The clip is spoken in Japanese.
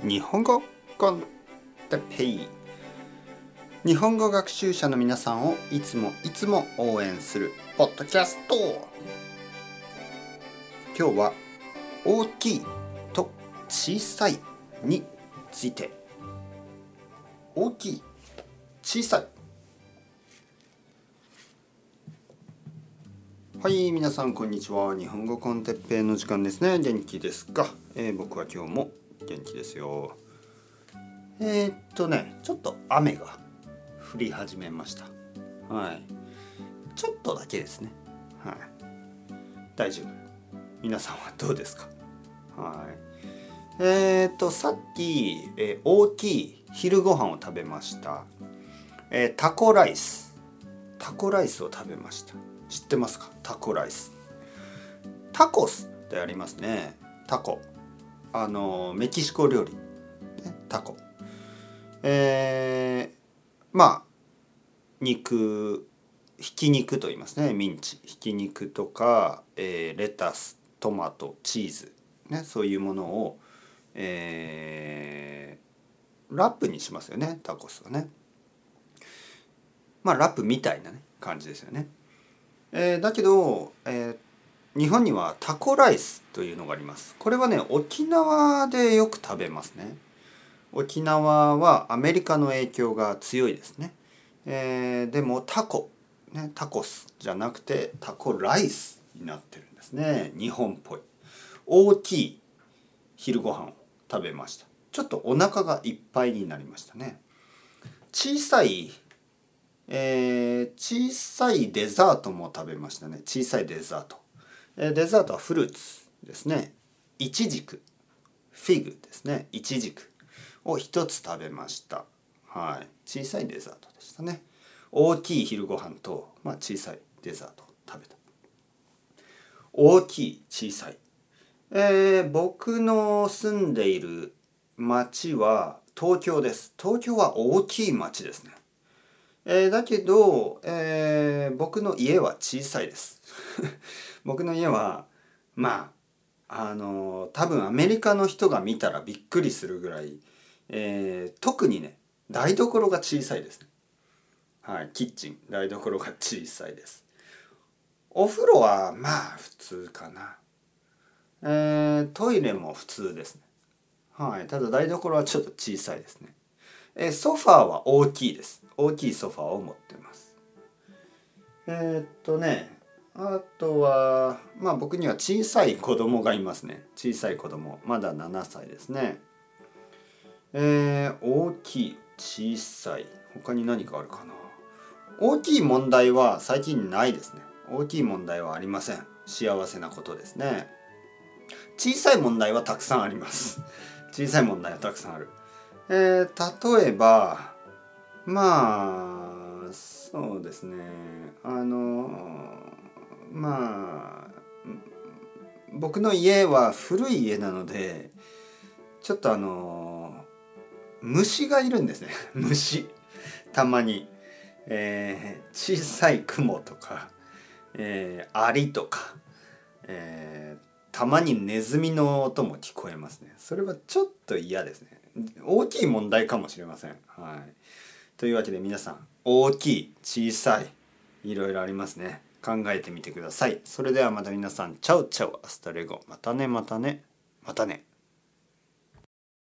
日本語コンテペイ。日本語学習者の皆さんをいつも応援するポッドキャスト。今日は大きいと小さいについて。大きい、小さい。はい、皆さんこんにちは。日本語コンテッペイの時間ですね。元気ですか？僕は今日も元気ですよ。ちょっと雨が降り始めました。はい。ちょっとだけですね。はい。大丈夫。皆さんはどうですか？はい。さっき、大きい昼ご飯を食べました。タコライスを食べました。知ってますか？タコライス。タコスってありますね。タコ。メキシコ料理。タコ。ひき肉と言いますね。ミンチ。ひき肉とか、レタス、トマト、チーズ。ね、そういうものを、ラップにしますよね。タコスはね。ラップみたいな、ね、感じですよね。だけど、日本にはタコライスというのがあります。これはね、沖縄でよく食べますね。沖縄はアメリカの影響が強いですね。でもタコ、ね、タコスじゃなくてタコライスになってるんですね。日本っぽい。大きい昼ご飯を食べました。ちょっとお腹がいっぱいになりましたね。小さいデザートも食べましたね。小さいデザート。デザートはフルーツですね。イチジク、フィグですね。イチジクを一つ食べました。はい。小さいデザートでしたね。大きい昼ご飯と、小さいデザートを食べた。大きい、小さい。僕の住んでいる町は東京です。東京は大きい町ですね。だけど、僕の家は小さいです。僕の家は多分アメリカの人が見たらびっくりするぐらい、特にね台所が小さいですね。はい、キッチン台所が小さいです。お風呂は普通かな。トイレも普通ですね。はい、ただ台所はちょっと小さいですね。ソファーは大きいです。大きいソファーを持っています。あとは僕には小さい子供がいますね。小さい子供まだ7歳ですね。大きい、小さい、他に何かあるかな。大きい問題は最近ないですね。大きい問題はありません。幸せなことですね。小さい問題はたくさんあります。小さい問題はたくさんある。例えばそうですね。僕の家は古い家なのでちょっと虫がいるんですね。虫たまに、小さい雲とか、アリとか、たまにネズミの音も聞こえますね。それはちょっと嫌ですね。大きい問題かもしれません。はい。というわけで皆さん、大きい、小さい、いろいろありますね。考えてみてください。それではまた皆さん、チャウチャウ、アスタレゴ。またね。